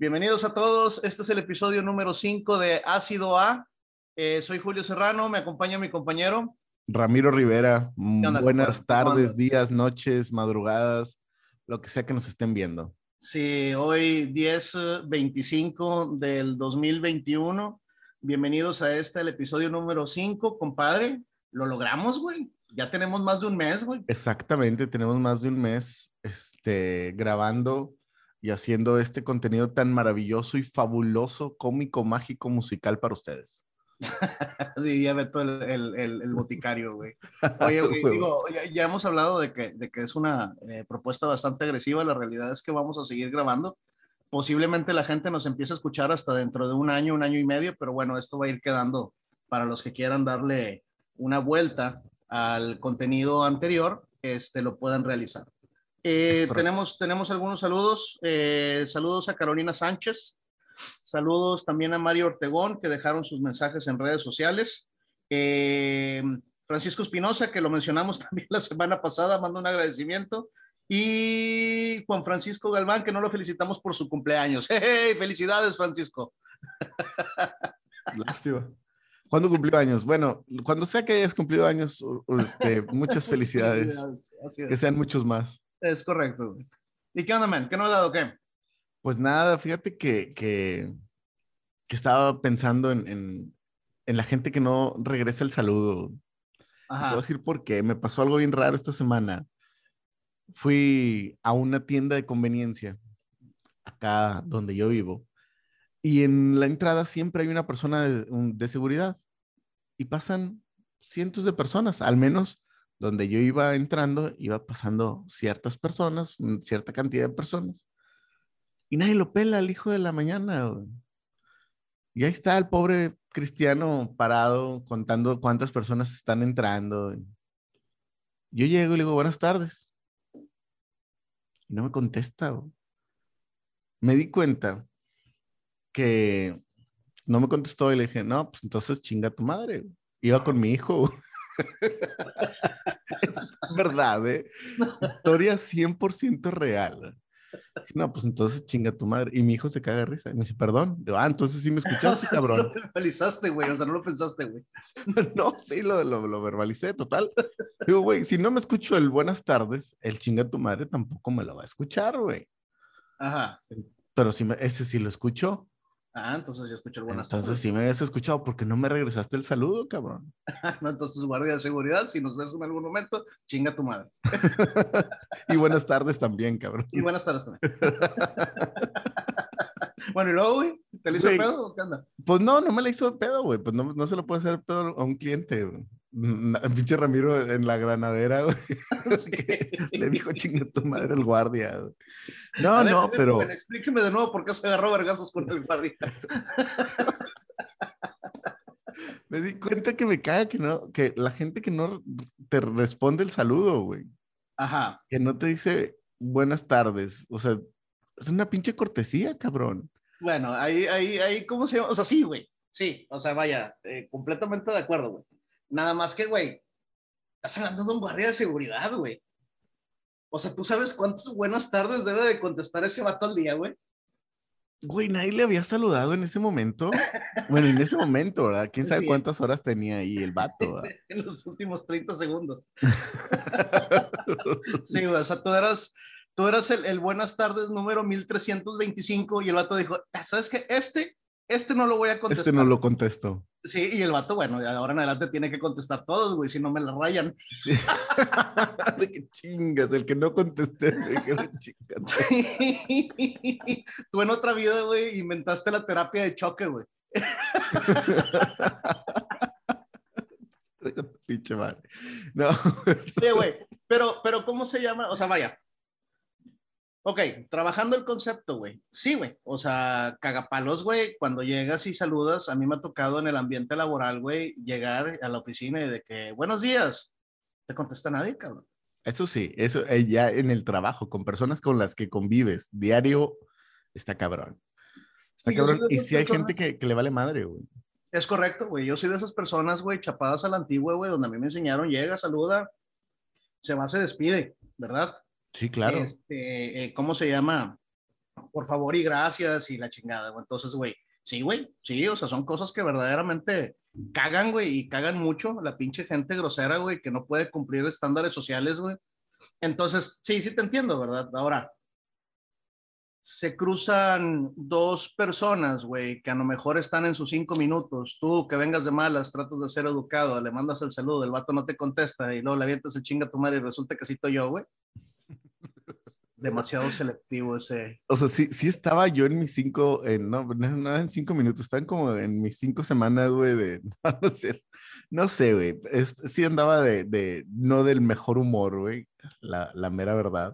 Bienvenidos a todos. Este es el episodio número 5 de Ácido A. Soy Julio Serrano, me acompaña mi compañero Ramiro Rivera. ¿Qué onda, Buenas compadre? ¿Cómo tardes, andas? días, noches, madrugadas, lo que sea que nos estén viendo. Sí, hoy 10/25 del 2021. Bienvenidos a el episodio número 5, compadre. Lo logramos, güey. Ya tenemos más de un mes, güey. Exactamente, tenemos más de un mes grabando y haciendo este contenido tan maravilloso y fabuloso, cómico, mágico, musical para ustedes. Diría Beto el boticario, güey. Oye, güey, digo, ya hemos hablado de que es una propuesta bastante agresiva. La realidad es que vamos a seguir grabando. Posiblemente la gente nos empiece a escuchar hasta dentro de un año y medio, pero bueno, esto va a ir quedando para los que quieran darle una vuelta al contenido anterior, lo puedan realizar. Es correcto. Tenemos algunos saludos. Saludos a Carolina Sánchez. Saludos también a Mario Ortegón, que dejaron sus mensajes en redes sociales. Francisco Espinosa, que lo mencionamos también la semana pasada, manda un agradecimiento. Y Juan Francisco Galván, que no lo felicitamos por su cumpleaños. ¡Hey! ¡Felicidades, Francisco! Lástima. ¿Cuándo cumplió años? Bueno, cuando sea que hayas cumplido años, muchas felicidades. Felicidades. Así Que sean muchos más. es correcto. ¿Y qué onda, man? ¿Qué no ha dado qué? Pues nada, fíjate que estaba pensando en la gente que no regresa el saludo. Y te voy a Ajá. decir por qué. Me pasó algo bien raro esta semana. Fui a una tienda de conveniencia, acá donde yo vivo, y en la entrada siempre hay una persona de seguridad y pasan cientos de personas, al menos donde yo iba entrando, iba pasando ciertas personas, cierta cantidad de personas, y nadie lo pela al hijo de la mañana, güey. Y ahí está el pobre cristiano parado contando cuántas personas están entrando. Yo llego y le digo, buenas tardes. Y no me contesta, güey. Me di cuenta que no me contestó y le dije, no, pues entonces chinga tu madre, güey. Iba con mi hijo. Es verdad, ¿eh? Historia 100% real. No, pues entonces chinga tu madre. Y mi hijo se caga de risa. Y me dice, perdón. Le digo, entonces sí me O escuchaste, sea, sí lo cabrón. verbalizaste, güey. O sea, no lo pensaste, güey. No, sí, lo verbalicé, total. Digo, güey, si no me escucho el buenas tardes, el chinga tu madre tampoco me lo va a escuchar, güey. Ajá. Pero si ese sí lo escuchó. Entonces yo escucho el buenas Entonces sí tardes. me habías escuchado porque no me regresaste el saludo, cabrón. No, entonces, guardia de seguridad, si nos ves en algún momento, chinga tu madre. Y buenas tardes también, cabrón. Y buenas tardes también. Bueno, y luego, güey, ¿te le hizo Güey, pedo o qué anda? pues no me la hizo de pedo, güey. Pues no se lo puede hacer de pedo a un cliente, güey. Pinche Ramiro en la granadera, güey. Sí. Que le dijo chinga tu madre el guardia, güey. A No, ver, joven, pero explíqueme de nuevo por qué se agarró vergazos con el guardia. me di cuenta que me caga que la gente que no te responde el saludo, güey. Ajá. Que no te dice buenas tardes. O sea, es una pinche cortesía, cabrón. Bueno, ahí, ¿cómo se llama? O sea, sí, güey. Sí, o sea, vaya, completamente de acuerdo, güey. Nada más que, güey, estás hablando de un guardia de seguridad, güey. O sea, ¿tú sabes cuántas buenas tardes debe de contestar ese vato al día, güey? Güey, nadie le había saludado en ese momento. Bueno, en ese momento, ¿verdad? ¿Quién sabe Sí, cuántas horas tenía ahí el vato, ¿verdad? en los últimos 30 segundos. Sí, güey, o sea, tú eras el buenas tardes número 1325 y el vato dijo, ¿sabes qué? Este no lo voy a Este no contestar. lo contesto. Sí, y el vato, bueno, de ahora en adelante tiene que contestar todos, güey, si no me la rayan. De que chingas, el que no contesté, me dijeron chingate. Tú en otra vida, güey, inventaste la terapia de choque, güey. Pinche madre. No, Oye, güey, pero ¿cómo se llama? O sea, vaya, ok, trabajando el concepto, güey. Sí, güey. O sea, cagapalos, güey. Cuando llegas y saludas, a mí me ha tocado en el ambiente laboral, güey, llegar a la oficina y de que, buenos días. Te contesta nadie, cabrón. eso sí, eso ya en el trabajo, con personas con las que convives diario, está cabrón. Está Y yo soy cabrón. de Y esas sí hay gente personas. que le vale madre, güey. Es correcto, güey. Yo soy de esas personas, güey, chapadas a la antigua, güey, donde a mí me enseñaron, llega, saluda, se va, se despide, ¿verdad? Sí, claro. ¿Cómo se llama? por favor y gracias y la chingada, güey. Entonces, güey, sí, o sea, son cosas que verdaderamente cagan, güey, y cagan mucho la pinche gente grosera, güey, que no puede cumplir estándares sociales, güey. Entonces, sí te entiendo, ¿verdad? Ahora, se cruzan dos personas, güey, que a lo mejor están en sus 5 minutos. Tú que vengas de malas, tratas de ser educado, le mandas el saludo, el vato no te contesta y luego le avientas el chinga a tu madre y resulta que sí estoy yo, güey. Demasiado selectivo ese. O sea, sí estaba yo en mis 5, no en 5 minutos, están como en mis 5 semanas, güey, no sé, güey, sí andaba no del mejor humor, güey, la mera verdad,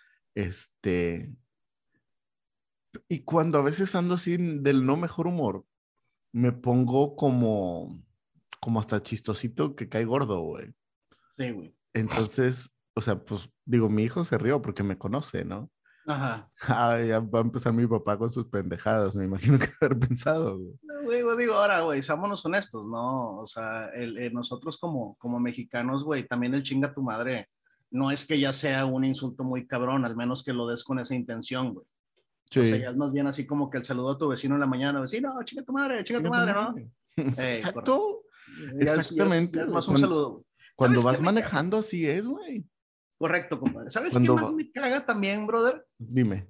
y cuando a veces ando así del no mejor humor, me pongo como hasta chistosito que cae gordo, güey. Sí, güey. Entonces, o sea, pues digo, mi hijo se rió porque me conoce, ¿no? Ajá. Ah, ya va a empezar mi papá con sus pendejadas, me imagino que haber pensado, güey. Digo, ahora, güey, seámonos honestos, ¿no? O sea, nosotros como mexicanos, güey, también el chinga tu madre no es que ya sea un insulto muy cabrón, al menos que lo des con esa intención, güey. O sea, Sí. ya es más bien así como que el saludo a tu vecino en la mañana, vecino, chinga tu Chinga tu madre, ¿no? madre. Correcto. Exacto, Ya exactamente, es güey. más un saludo, güey. Cuando ¿Sabes qué vas me caga? manejando, así es, güey. Correcto, compadre. ¿Sabes qué más Cuando, me caga también, brother? dime,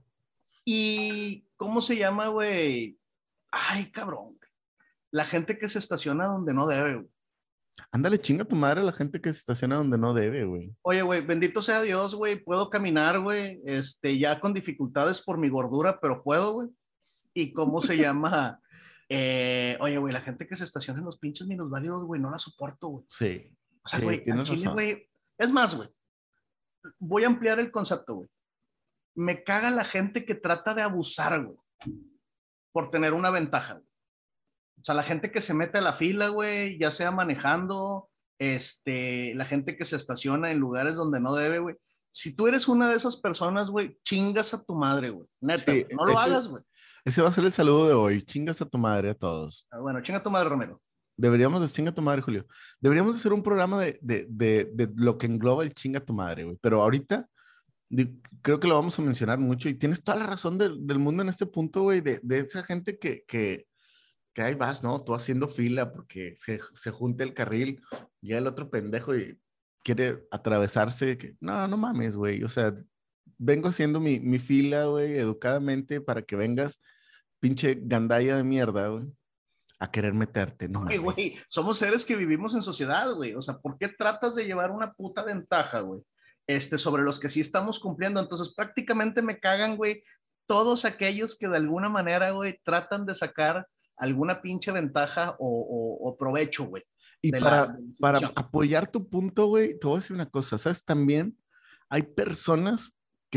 Y, ¿cómo se llama, güey? Ay, cabrón. La gente que se estaciona donde no debe, güey. ándale, chinga tu madre a la gente que se estaciona donde no debe, güey. Oye, güey, bendito sea Dios, güey, puedo caminar, güey, ya con dificultades por mi gordura, pero puedo, güey. ¿Y cómo se llama? Oye, güey, la gente que se estaciona en los pinches minusválidos, güey, no la soporto, güey. Sí, O sea, sí, güey, al tienes chile, razón. güey, es más, güey, voy a ampliar el concepto, güey. Me caga la gente que trata de abusar, güey, por tener una ventaja, güey. O sea, la gente que se mete a la fila, güey, ya sea manejando, la gente que se estaciona en lugares donde no debe, güey. Si tú eres una de esas personas, güey, chingas a tu madre, güey. Neta, Sí, güey. No lo hagas, güey. ese va a ser el saludo de hoy. Chingas a tu madre a todos. Bueno, chinga a tu madre, Romero. Deberíamos de chinga tu madre, Julio. Deberíamos hacer un programa de lo que engloba el chinga tu madre, güey. Pero ahorita creo que lo vamos a mencionar mucho y tienes toda la razón del mundo en este punto, güey, de esa gente que ahí vas, ¿no? Tú haciendo fila porque se junta el carril, llega el otro pendejo y quiere atravesarse. No, no mames, güey. O sea, vengo haciendo mi fila, güey, educadamente para que vengas, pinche gandalla de mierda, güey, a querer meterte, no Oye, güey, mames. somos seres que vivimos en sociedad, güey. O sea, ¿por qué tratas de llevar una puta ventaja, güey? Sobre los que sí estamos cumpliendo. Entonces, prácticamente me cagan, güey, todos aquellos que de alguna manera, güey, tratan de sacar alguna pinche ventaja o provecho, güey, Y de la para situación. apoyar tu punto, güey, te voy a decir una cosa, ¿sabes? También hay personas que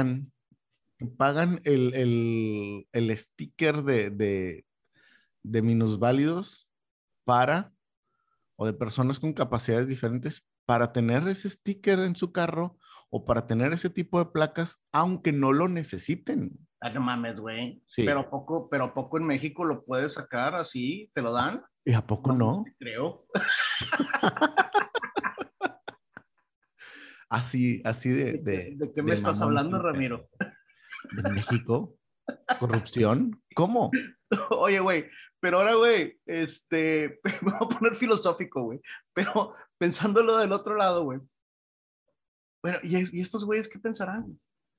pagan el sticker de minusválidos para, o de personas con capacidades diferentes, para tener ese sticker en su carro o para tener ese tipo de placas, aunque no lo necesiten. Ah, no mames, güey. Sí. Pero a poco en México lo puedes sacar así, te lo dan. ¿Y a poco No, no te no? creo. Así ¿De qué me de estás mamón está hablando, el pedo. Ramiro? ¿De México? ¿Corrupción? ¿Cómo? Oye, güey, pero ahora, güey, me voy a poner filosófico, güey, pero pensándolo del otro lado, güey. Bueno, ¿y estos güeyes qué pensarán?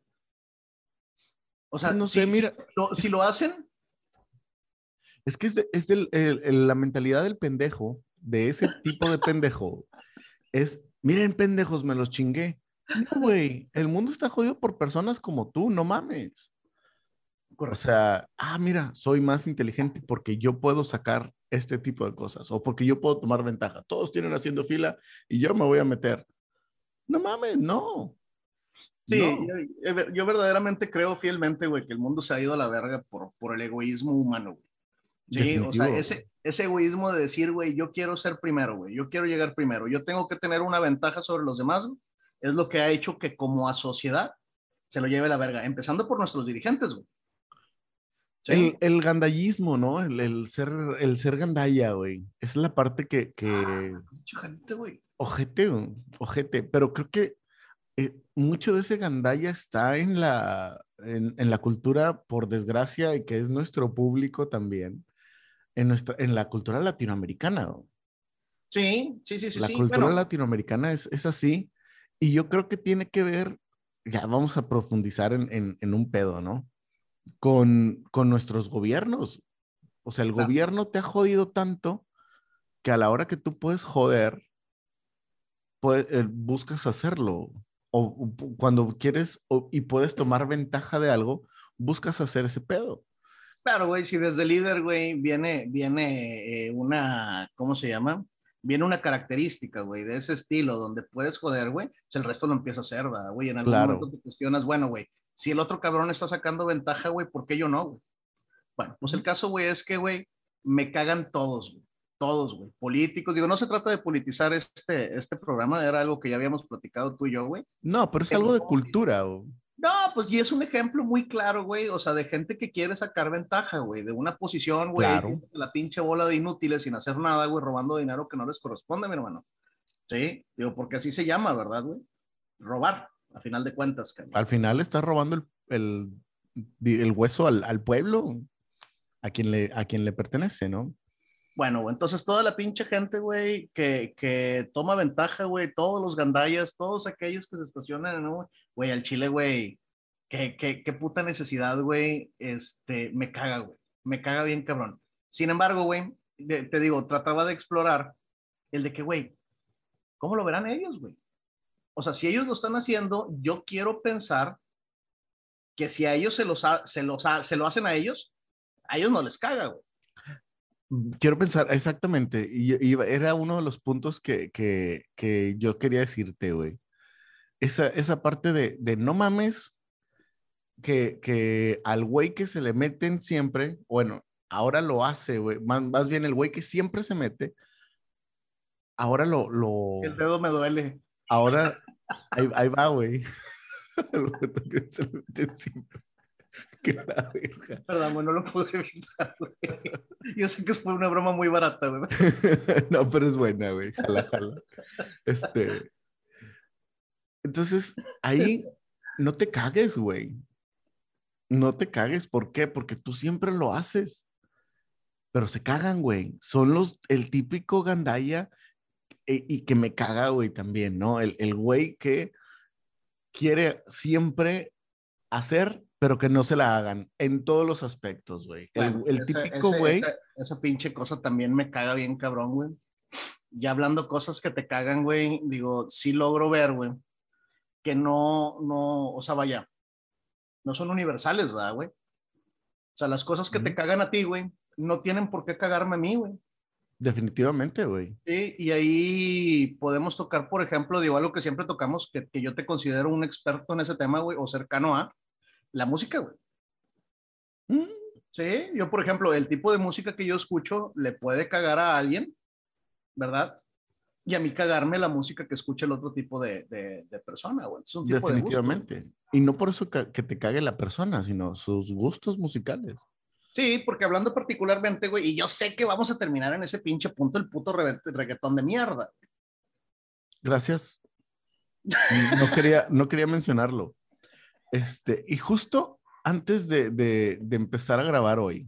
O Pues sea, no sé, mira, si lo hacen, es que la mentalidad del pendejo, de ese tipo de pendejo, es, miren pendejos, me los chingué. No, güey, el mundo está jodido por personas como tú, no mames. O correcto. sea, mira, soy más inteligente porque yo puedo sacar este tipo de cosas o porque yo puedo tomar ventaja. Todos tienen haciendo fila y yo me voy a meter. No mames, no, Sí, no, yo verdaderamente creo fielmente, güey, que el mundo se ha ido a la verga por el egoísmo humano, güey. Sí, o sea, definitivo, güey. ese egoísmo de decir, güey, yo quiero ser primero, güey, yo quiero llegar primero, yo tengo que tener una ventaja sobre los demás, güey, es lo que ha hecho que como a sociedad se lo lleve la verga, empezando por nuestros dirigentes, güey. Sí. El gandallismo, ¿no? El ser gandalla, güey. Esa es la parte que Mucha gente, güey. ojete, güey, ojete. Pero creo que mucho de ese gandalla está en la cultura, por desgracia, y que es nuestro público también, en la cultura latinoamericana. ¿No? Sí, sí, sí, sí, La sí. cultura Bueno, latinoamericana es así, y yo creo que tiene que ver, ya vamos a profundizar en un pedo, ¿no? Con nuestros gobiernos. O sea, el claro. gobierno te ha jodido tanto que a la hora que tú puedes joder, buscas hacerlo. Cuando quieres y puedes tomar ventaja de algo, buscas hacer ese pedo. Claro, güey, si desde el líder, güey, una, ¿cómo se llama? Viene una característica, güey, de ese estilo, donde puedes joder, güey, pues el resto lo empieza a hacer, ¿verdad, güey? En algún momento Claro. te cuestionas, bueno, güey, si el otro cabrón está sacando ventaja, güey, ¿por qué yo no, güey? Bueno, pues el Ujú. caso, güey, es que, güey, me cagan todos, güey, políticos. Digo, no se trata de politizar este programa, era algo que ya habíamos platicado tú y yo, güey. No, pero es algo de cultura. No, pues y es un ejemplo muy claro, güey, o sea, de gente que quiere sacar ventaja, güey, de una posición, güey, ahí Claro. tienes la pinche bola de inútiles sin hacer nada, güey, robando dinero que no les corresponde, mi hermano. Sí, digo, porque así se llama, ¿verdad, güey? Robar, a final de cuentas, cabrón. Al final estás robando el hueso al pueblo, a quien le pertenece, ¿no? Bueno, entonces toda la pinche gente, güey, que toma ventaja, güey, todos los gandallas, todos aquellos que se estacionan, ¿no? Güey, al Chile, güey, qué puta necesidad, güey, me caga, güey, me caga bien cabrón. Sin embargo, güey, te digo, trataba de explorar el de que, güey, ¿cómo lo verán ellos, güey? O sea, si ellos lo están haciendo, yo quiero pensar que si a ellos se lo hacen a ellos no les caga, güey. Quiero pensar, exactamente, y era uno de los puntos que yo quería decirte, güey. Esa parte de no mames, que al güey que se le meten siempre, bueno, ahora lo hace, güey, más bien el güey que siempre se mete, ahora El dedo me duele. ahora, ahí va, güey. El güey que se le meten siempre, que la verga. Perdón, güey, no lo pude evitar, güey. Yo sé que fue una broma muy barata, güey. No, pero es buena, güey, jala, jala. Este, entonces, ahí no te cagues, güey. No te cagues, ¿por qué? Porque tú siempre lo haces, pero se cagan, güey. Son el típico gandaya y que me caga, güey, también, ¿no? El güey que quiere siempre hacer, pero que no se la hagan en todos los aspectos, güey. Bueno, El típico güey, esa pinche cosa también me caga bien cabrón, güey. Ya hablando cosas que te cagan, güey, digo, sí logro ver, güey, que no, o sea, vaya, no son universales, ¿verdad, güey? O sea, las cosas que te ujú, cagan a ti, güey, no tienen por qué cagarme a mí, güey. definitivamente, güey. Sí, y ahí podemos tocar, por ejemplo, digo, algo que siempre tocamos, que yo te considero un experto en ese tema, güey, o cercano a la música, güey. Mm, Sí, yo, por ejemplo, el tipo de música que yo escucho le puede cagar a alguien, ¿verdad? Y a mí cagarme la música que escucha el otro tipo de persona, güey. Es un tipo de gusto. definitivamente. Y no por eso que te cague la persona, sino sus gustos musicales. Sí, porque hablando particularmente, güey, y yo sé que vamos a terminar en ese pinche punto el puto reggaetón de mierda. Gracias. No quería mencionarlo. Y justo antes de empezar a grabar hoy,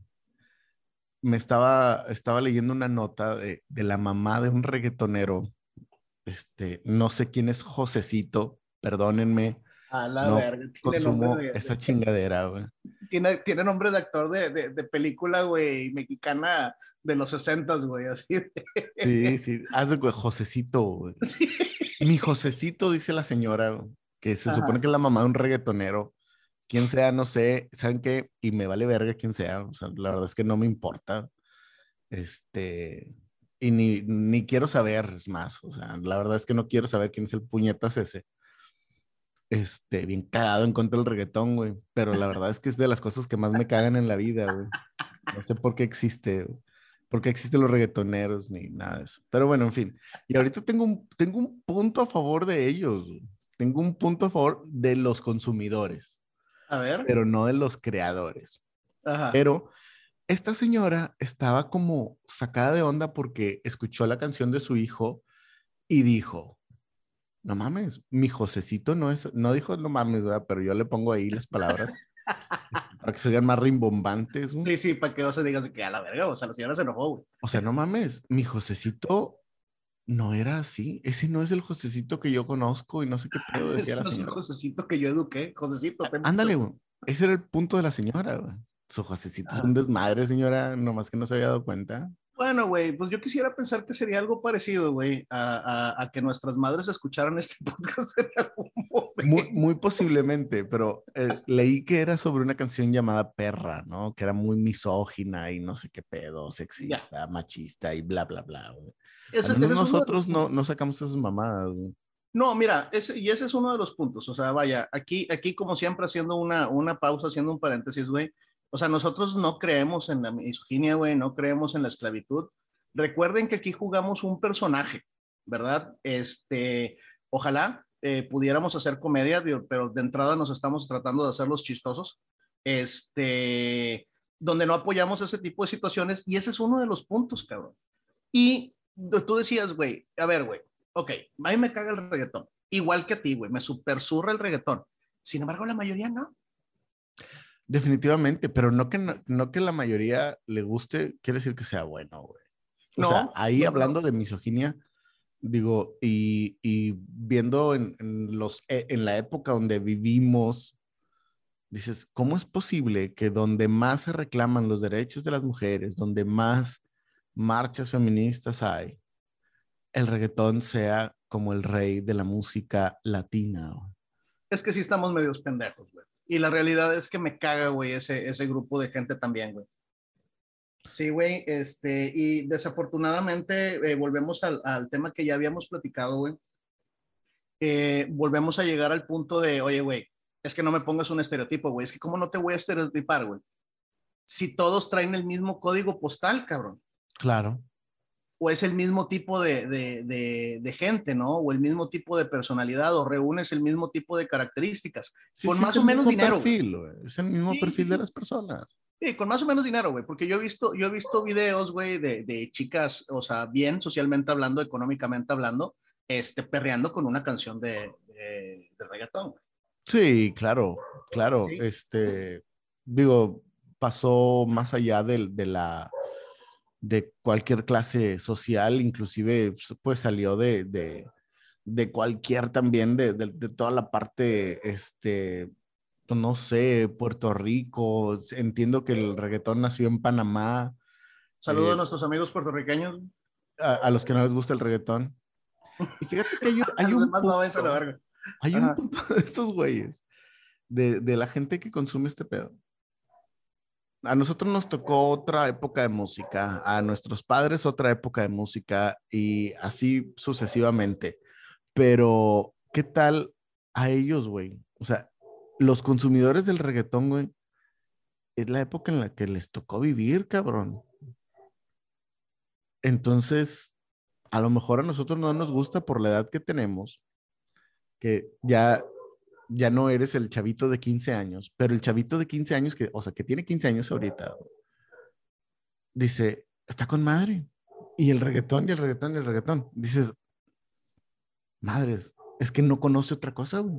estaba leyendo una nota de la mamá de un reggaetonero. No sé quién es Josecito, perdónenme, A la no verga, tiene nombre consumo esa chingadera, güey. tiene nombre de actor de película, güey, mexicana de los 60, güey, así. Sí, sí, haz de Josecito, güey. Sí. Mi Josecito, dice la señora, güey, que se supone Ajá. que es la mamá de un reggaetonero. Quién sea, no sé, ¿saben qué? Y me vale verga quién sea, o sea, la verdad es que no me importa. Este, y ni quiero saber, es más, o sea, la verdad es que no quiero saber quién es el puñetas ese. Bien cagado en contra del reggaetón, güey, pero la verdad es que es de las cosas que más me cagan en la vida, güey. No sé por qué existe, güey. Por qué existen los reggaetoneros ni nada de eso. Pero bueno, en fin. Y ahorita tengo un punto a favor de ellos, güey. Tengo un punto a favor de los consumidores, A ver. pero no de los creadores. Ajá. Pero esta señora estaba como sacada de onda porque escuchó la canción de su hijo y dijo, No mames, mi Josecito no dijo no mames, ¿verdad? Pero yo le pongo ahí las palabras para que se oigan más rimbombantes, güey. Sí, sí, para que no se diga que a la verga, o sea, la señora se enojó, güey. O sea, no mames, mi Josecito no era así. Ese no es el Josecito que yo conozco y no sé qué pedo decía Ese la no es el señora. Josecito que yo eduqué, Josecito, ten Ándale, mucho. güey. Ese era el punto de la señora, güey. Su Josecito es un Ajá. desmadre, señora, nomás que no se había dado cuenta. Bueno, güey, pues yo quisiera pensar que sería algo parecido, güey, a que nuestras madres escucharan este podcast en algún Muy, momento. muy posiblemente, pero leí que era sobre una canción llamada Perra, ¿no? Que era muy misógina y no sé qué pedo, Ya, sexista, machista y bla, bla, bla, güey. Al ese menos es uno de los nosotros no, puntos. no sacamos esas mamadas, güey. No, mira, ese es uno de los puntos. O sea, vaya, aquí como siempre haciendo una pausa, haciendo un paréntesis, güey. O sea, nosotros no creemos en la misoginia, güey, no creemos en la esclavitud. Recuerden que aquí jugamos un personaje, ¿verdad? Ojalá pudiéramos hacer comedia, pero de entrada nos estamos tratando de hacerlos chistosos, donde no apoyamos ese tipo de situaciones y ese es uno de los puntos, cabrón. Y tú decías, güey, a ver, güey, ok, a mí me caga el reggaetón, igual que a ti, güey, me super surra el reggaetón. Sin embargo, la mayoría no. Definitivamente, pero no que la mayoría le guste, quiere decir que sea bueno, güey. O sea, No, ahí no, no, hablando no. de misoginia, digo, y viendo en la época donde vivimos, dices, ¿cómo es posible que donde más se reclaman los derechos de las mujeres, donde más marchas feministas hay, el reggaetón sea como el rey de la música latina, güey? Es que sí estamos medios pendejos, güey. Y la realidad es que me caga, güey, ese grupo de gente también, güey. Sí, güey, y desafortunadamente volvemos al tema que ya habíamos platicado, güey. Volvemos a llegar al punto de, oye, güey, es que no me pongas un estereotipo, güey, es que cómo no te voy a estereotipar, güey, si todos traen el mismo código postal, cabrón. Claro. O es el mismo tipo de gente, ¿no? O el mismo tipo de personalidad, o reúnes el mismo tipo de características, Sí, con sí, es más o el menos mismo dinero, güey. perfil, güey. Es el mismo Sí, sí, perfil de sí. las personas. Sí, con más o menos dinero, güey, porque yo he visto videos, güey, de chicas, o sea, bien socialmente hablando, económicamente hablando, perreando con una canción de reggaetón, güey. Sí, claro, claro. Sí, Digo, pasó más allá de cualquier clase social, inclusive pues salió de cualquier también, de toda la parte, pues, no sé, Puerto Rico. Entiendo que el reggaetón nació en Panamá. saludo a eh, nuestros amigos puertorriqueños. a los que no les gusta el reggaetón. Y fíjate que A hay los un demás no, váyanse a la punto, verga. hay un Ajá. punto de estos güeyes, de la gente que consume este pedo. A nosotros nos tocó otra época de música, a nuestros padres otra época de música y así sucesivamente. Pero, ¿qué tal a ellos, güey? O sea, los consumidores del reggaetón, güey, es la época en la que les tocó vivir, cabrón. Entonces, a lo mejor a nosotros no nos gusta por la edad que tenemos, que ya no eres el chavito de 15 años, pero el chavito de 15 años o sea, que tiene 15 años ahorita, dice, está con madre. Y el reggaetón, y el reggaetón, y el reggaetón. Dices, madres, es que no conoce otra cosa, güey.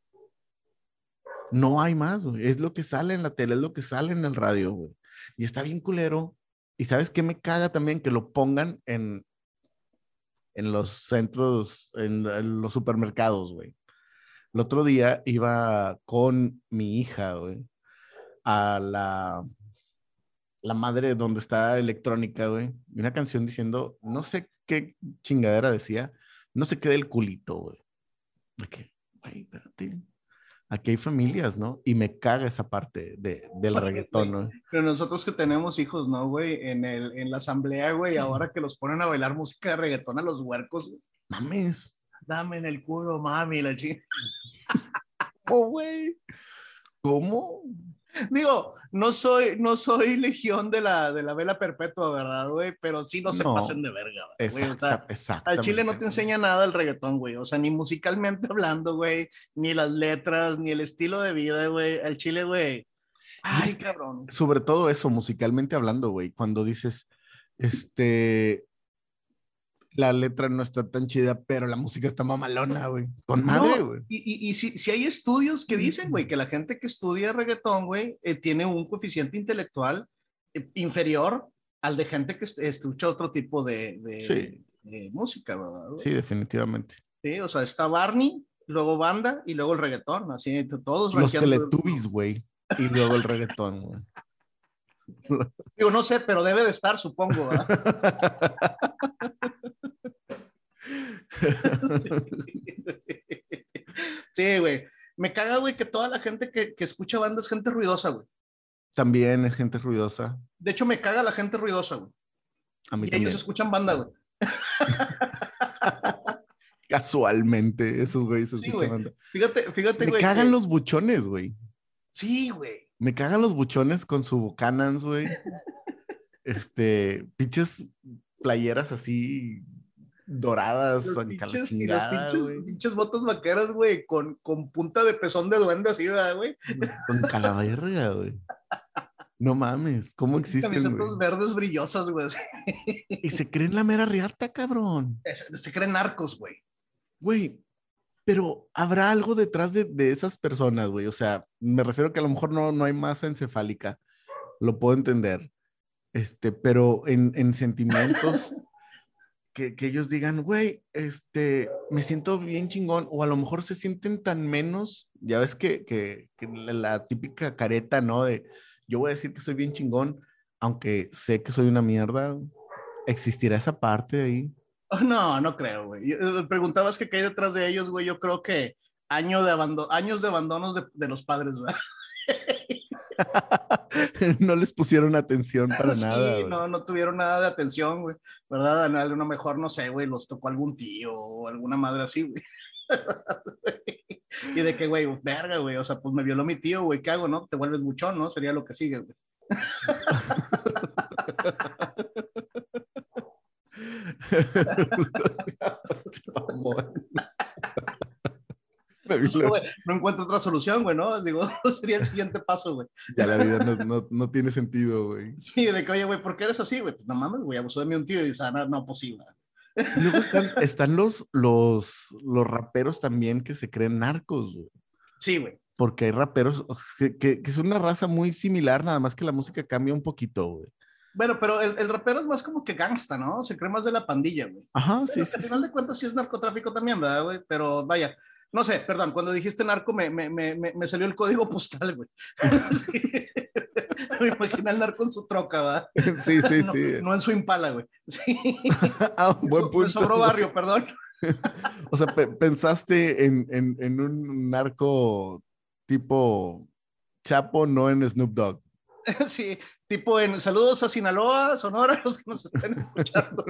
No hay más, güey. Es lo que sale en la tele, es lo que sale en el radio, güey. Y está bien culero. Y sabes qué me caga también que lo pongan en los centros, en los supermercados, güey. El otro día iba con mi hija, güey, a la madre donde está electrónica, güey. Y una canción diciendo, no sé qué chingadera decía, no sé qué del culito, güey. De que, güey, espérate. Aquí hay familias, ¿no? Y me caga esa parte del Oye, reggaetón, güey, ¿no? pero nosotros que tenemos hijos, ¿no, güey? En la asamblea, güey, ahora que los ponen a bailar música de reggaetón a los huercos, güey. Mames. Dame en el culo, mami, la chica. Oh, güey. ¿Cómo? Digo, no soy legión de la vela perpetua, ¿verdad, güey? Pero sí no se pasen No, de verga, güey. O sea, al chile no exactamente, te güey. enseña nada el reggaetón, güey. O sea, ni musicalmente hablando, güey, ni las letras, ni el estilo de vida, güey. Al chile, güey. Y es Ay, que, cabrón. sobre todo eso, musicalmente hablando, güey, cuando dices, este, la letra no está tan chida, pero la música está mamalona, güey. Con madre, No, güey. y si hay estudios que dicen, güey, que la gente que estudia reggaetón, güey, tiene un coeficiente intelectual inferior al de gente que escucha otro tipo Sí, de música, ¿verdad, güey? sí, definitivamente. Sí, o sea, está Barney, luego banda y luego el reggaetón, así, todos Los rankeando. Teletubbies, güey. Y luego el reggaetón, güey. Digo, no sé, pero debe de estar, supongo, ¿verdad? Sí. Sí, güey. Me caga, güey, que toda la gente que escucha banda es gente ruidosa, güey. También es gente ruidosa. De hecho, me caga la gente ruidosa, güey. A mí Y ellos también. escuchan banda, güey. Casualmente, esos güeyes se Sí, escuchan güey. banda. Fíjate, Me güey, cagan que... los buchones, güey. Sí, güey. Me cagan los buchones con su Buchanans, güey. Pinches playeras así doradas, anca la Y las chingada, güey. pinches botas vaqueras, güey, con punta de pezón de duende así, ¿verdad, güey? Con calaverga, güey. No mames, ¿cómo Pinches existen, camisetas güey? verdes brillosas, güey. Y se creen la mera riata, cabrón. Se creen narcos, güey. Güey, pero habrá algo detrás de esas personas, güey. O sea, me refiero que a lo mejor no hay masa encefálica. Lo puedo entender. Pero en sentimientos que ellos digan, güey, me siento bien chingón, o a lo mejor se sienten tan menos, ya ves que la típica careta, ¿no? De yo voy a decir que soy bien chingón, aunque sé que soy una mierda, ¿existirá esa parte ahí? Oh, no, no creo, güey. Preguntabas que qué hay detrás de ellos, güey. Yo creo que años de abandonos de los padres, güey. No les pusieron atención para nada, Sí, güey. no tuvieron nada de atención, güey. ¿Verdad? A lo mejor, no sé, güey, los tocó algún tío o alguna madre así, güey. Y de que, güey, verga, güey, o sea, pues me violó mi tío, güey, ¿qué hago, no? Te vuelves buchón, ¿no? Sería lo que sigue, güey. Sí, güey, no encuentro otra solución, güey, ¿no? Digo, sería el siguiente paso, güey. Ya la vida no tiene sentido, güey. Sí, de que, oye, güey, ¿por qué eres así, güey? Pues no mames, güey, abusó de mí un tío y dice, ah, no, posible. Y luego están los raperos también que se creen narcos, güey. Sí, güey. Porque hay raperos que es una raza muy similar, nada más que la música cambia un poquito, güey. Bueno, pero el rapero es más como que gangsta, ¿no? Se cree más de la pandilla, güey. Ajá, sí, Bueno, que sí, al sí. final de cuentas sí es narcotráfico también, ¿verdad, güey? Pero vaya, no sé, perdón, cuando dijiste narco me salió el código postal, güey. Sí. Me imaginé al narco en su troca, ¿verdad? Sí, sí, No, sí. no en su impala, güey. Sí. Ah, buen Me punto. sobró barrio, perdón. O sea, pensaste en un narco tipo Chapo, no en Snoop Dogg. Sí, tipo en saludos a Sinaloa, Sonora, los que nos estén escuchando.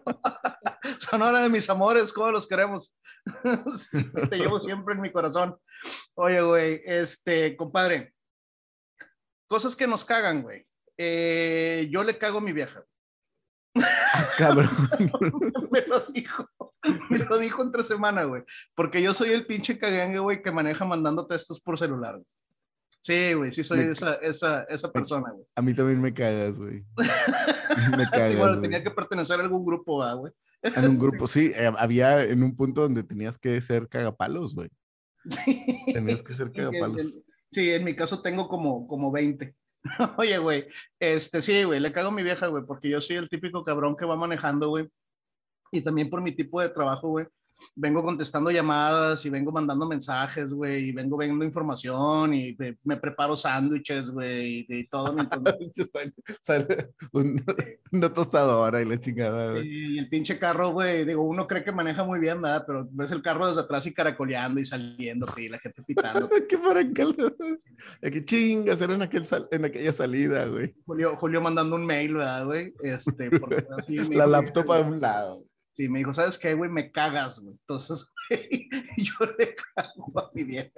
Sonora de mis amores, ¿cómo los queremos? Sí, te llevo siempre en mi corazón. Oye, güey, compadre, cosas que nos cagan, güey. Yo le cago a mi vieja. Ah, cabrón. Me lo dijo. Me lo dijo entre semana, güey. Porque yo soy el pinche cagangue, güey, que maneja mandando textos por celular, güey. Sí, güey, sí soy Me, esa me- persona, güey. a mí también me cagas, güey. Me Y cagas, bueno, güey. tenía que pertenecer a algún grupo, güey. En un grupo, sí, había en un punto donde tenías que ser cagapalos, güey. Sí. Tenías que ser cagapalos. Sí, en mi caso tengo como 20. Oye, güey, sí, güey, le cago a mi vieja, güey, porque yo soy el típico cabrón que va manejando, güey, y también por mi tipo de trabajo, güey, vengo contestando llamadas y vengo mandando mensajes, güey, y vengo viendo información y me preparo sándwiches, güey, y todo mientras... Sale una tostadora y la chingada, güey. Y el pinche carro, güey, digo, uno cree que maneja muy bien, ¿verdad? Pero ves el carro desde atrás y caracoleando y saliendo, y la gente pitando. Qué paracal. Aquí chingas, era en aquella salida, güey. Julio mandando un mail, ¿verdad, güey? Porque así me La dijo, laptop a un lado. sí, me dijo, ¿sabes qué, güey? Me cagas, güey. Entonces, güey, yo le cago a mi vieja.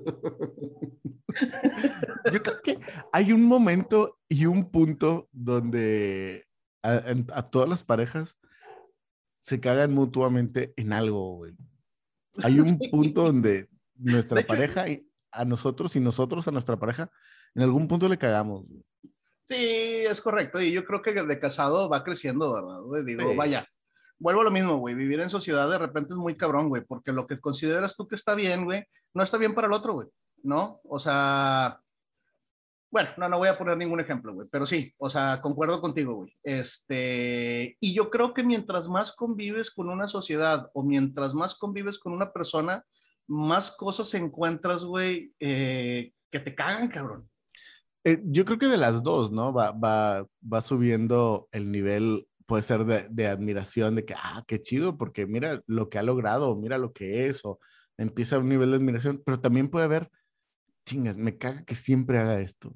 Yo creo que hay un momento y un punto donde a todas las parejas se cagan mutuamente en algo, güey. Hay un punto Sí. donde De nuestra hecho, pareja a nosotros y nosotros a nuestra pareja, en algún punto le cagamos, güey. sí, es correcto. Y yo creo que de casado va creciendo, ¿verdad, güey? Digo, Sí. vaya. vuelvo a lo mismo, güey. Vivir en sociedad de repente es muy cabrón, güey, porque lo que consideras tú que está bien, güey, no está bien para el otro, güey, ¿no? O sea, bueno, no voy a poner ningún ejemplo, güey, pero sí, o sea, concuerdo contigo, güey. Y yo creo que mientras más convives con una sociedad o mientras más convives con una persona, más cosas encuentras, güey, que te cagan, cabrón. Yo creo que de las dos, ¿no? Va subiendo el nivel, puede ser de admiración, de que, qué chido, porque mira lo que ha logrado, mira lo que es, o empieza un nivel de admiración, pero también puede haber, chingas, me caga que siempre haga esto.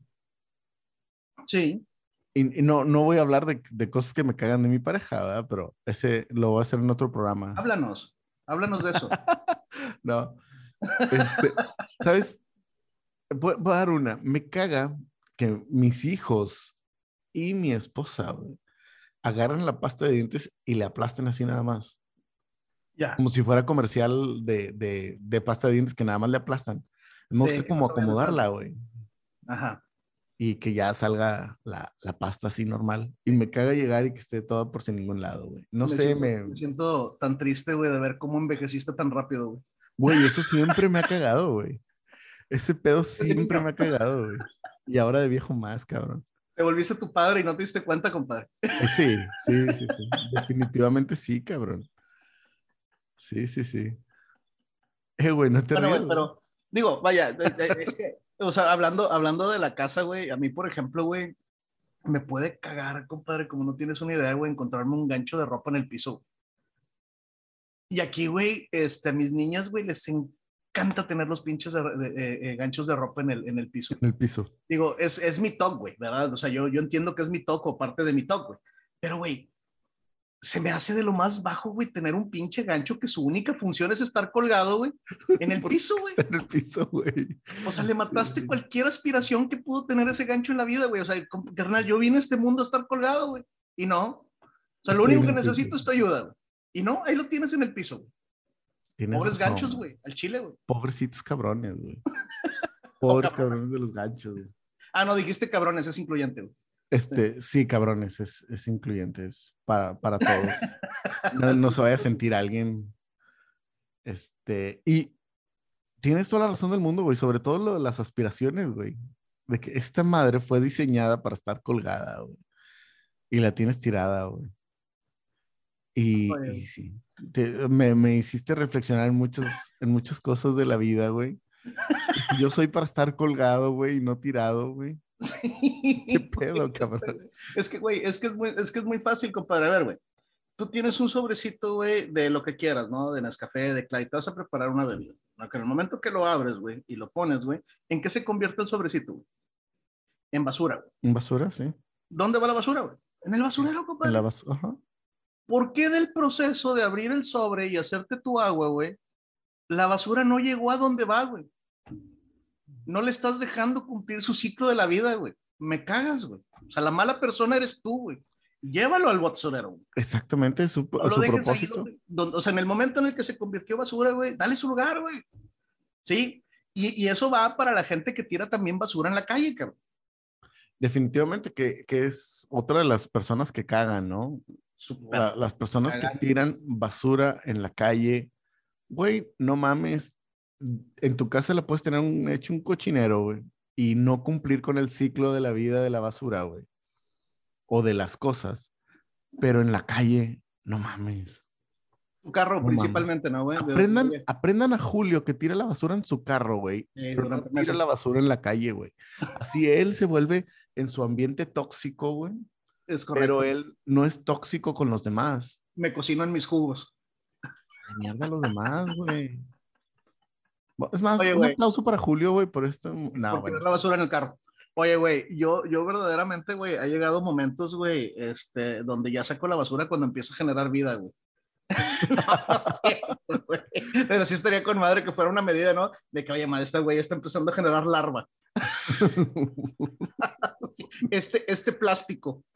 Sí. Y no voy a hablar de cosas que me cagan de mi pareja, ¿verdad? Pero ese lo voy a hacer en otro programa. Háblanos de eso. No, este, ¿sabes? Voy a dar una. Me caga que mis hijos y mi esposa, güey, agarran la pasta de dientes y le aplastan así nada más. Ya. Como si fuera comercial de pasta de dientes que nada más le aplastan. Me Sí, gusta que no como se vayan acomodarla, entrando. güey. Ajá. Y que ya salga la pasta así normal. Y me caga llegar y que esté toda por sin ningún lado, güey. No sé, Me siento tan triste, güey, de ver cómo envejeciste tan rápido, güey. güey, eso siempre me ha cagado, güey. Ese pedo Desde siempre niño. me ha cagado, güey. Y ahora de viejo más, cabrón. Te volviste tu padre y no te diste cuenta, compadre. Sí, sí, sí, sí. Definitivamente sí, cabrón. Sí, sí, sí. Güey, no te Bueno, rías, güey, güey. pero digo, vaya, es que, o sea, hablando de la casa, güey, a mí, por ejemplo, güey, me puede cagar, compadre, como no tienes una idea, güey, encontrarme un gancho de ropa en el piso. Y aquí, güey, a mis niñas, güey, les encanta tener los pinches ganchos de ropa en el piso. En el piso. Digo, es mi TOC, güey, ¿verdad? O sea, yo entiendo que es mi TOC o parte de mi TOC, güey. Pero, güey, se me hace de lo más bajo, güey, tener un pinche gancho que su única función es estar colgado, güey, en el ¿Por qué piso, güey. está en el piso, güey? O sea, le Sí, mataste sí. cualquier aspiración que pudo tener ese gancho en la vida, güey. O sea, carnal, yo vine a este mundo a estar colgado, güey. Y no. O sea, lo Estoy único en que el piso. necesito es tu ayuda, güey. Y no, ahí lo tienes en el piso, güey. Tienes Pobres ganchos, razón. güey, al chile, güey. Pobrecitos cabrones, güey. O Pobres cabrones cabrones. de los ganchos, güey. Ah, no, dijiste cabrones, es incluyente, güey. Sí, cabrones, es incluyente, es para todos. No Sí. se vaya a sentir alguien, y tienes toda la razón del mundo, güey, sobre todo lo de las aspiraciones, güey, de que esta madre fue diseñada para estar colgada, güey, y la tienes tirada, güey. Y Oye, sí, me hiciste reflexionar en muchas cosas de la vida, güey. Si yo soy para estar colgado, güey, y no tirado, güey. ¿Qué sí, pedo, güey, cabrón? es que, güey, es que es muy fácil, compadre. A ver, güey. Tú tienes un sobrecito, güey, de lo que quieras, ¿no? De Nescafé, de Clay, te vas a preparar una bebida. ¿No? Que en el momento que lo abres, güey, y lo pones, güey, ¿en qué se convierte el sobrecito, güey? En basura, güey. ¿En basura? Sí. ¿Dónde va la basura, güey? En el basurero, En la compadre. basura, ajá. ¿Por qué del proceso de abrir el sobre y hacerte tu agua, güey, la basura no llegó a donde va, güey? No le estás dejando cumplir su ciclo de la vida, güey. Me cagas, güey. O sea, la mala persona eres tú, güey. Llévalo al basurero, güey. Exactamente, No lo su dejes ahí propósito. o sea, en el momento en el que se convirtió en basura, güey, dale su lugar, güey. Sí. Y eso va para la gente que tira también basura en la calle, cabrón. Definitivamente que es otra de las personas que cagan, ¿no? Súper Las personas que cagante. tiran basura en la calle, güey, no mames. En tu casa la puedes tener hecho un cochinero, güey, y no cumplir con el ciclo de la vida de la basura, güey, o de las cosas, pero en la calle, no mames, Tu carro no mames. principalmente, ¿no, güey? Aprendan, aprendan a Julio que tira la basura en su carro, güey, pero no Durante tira la meses. basura en la calle, güey. Así él se vuelve en su ambiente tóxico, güey, Es pero correcto. él no es tóxico con los demás. Me cocino en mis jugos. Ay, mierda a los demás, güey. Es más, Oye, un güey, aplauso para Julio, güey, por esto. No, por bueno, tirar la basura en el carro. Oye, güey, yo verdaderamente, güey, ha llegado momentos, güey, donde ya saco la basura cuando empieza a generar vida, güey. No, sí, güey. Pero sí estaría con madre que fuera una medida, ¿no? De que, oye, madre, esta güey está empezando a generar larva. Sí, este plástico.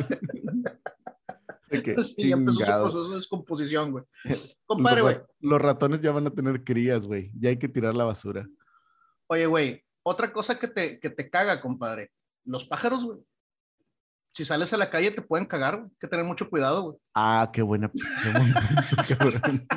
de que Sí, ya empezó su chingado. proceso de descomposición, güey. Compadre, güey. Los ratones ya van a tener crías, güey. Ya hay que tirar la basura. Oye, güey, otra cosa que te caga, compadre. Los pájaros, güey. Si sales a la calle te pueden cagar, güey. Hay que tener mucho cuidado, güey. Ah, qué buen punto, cabrón.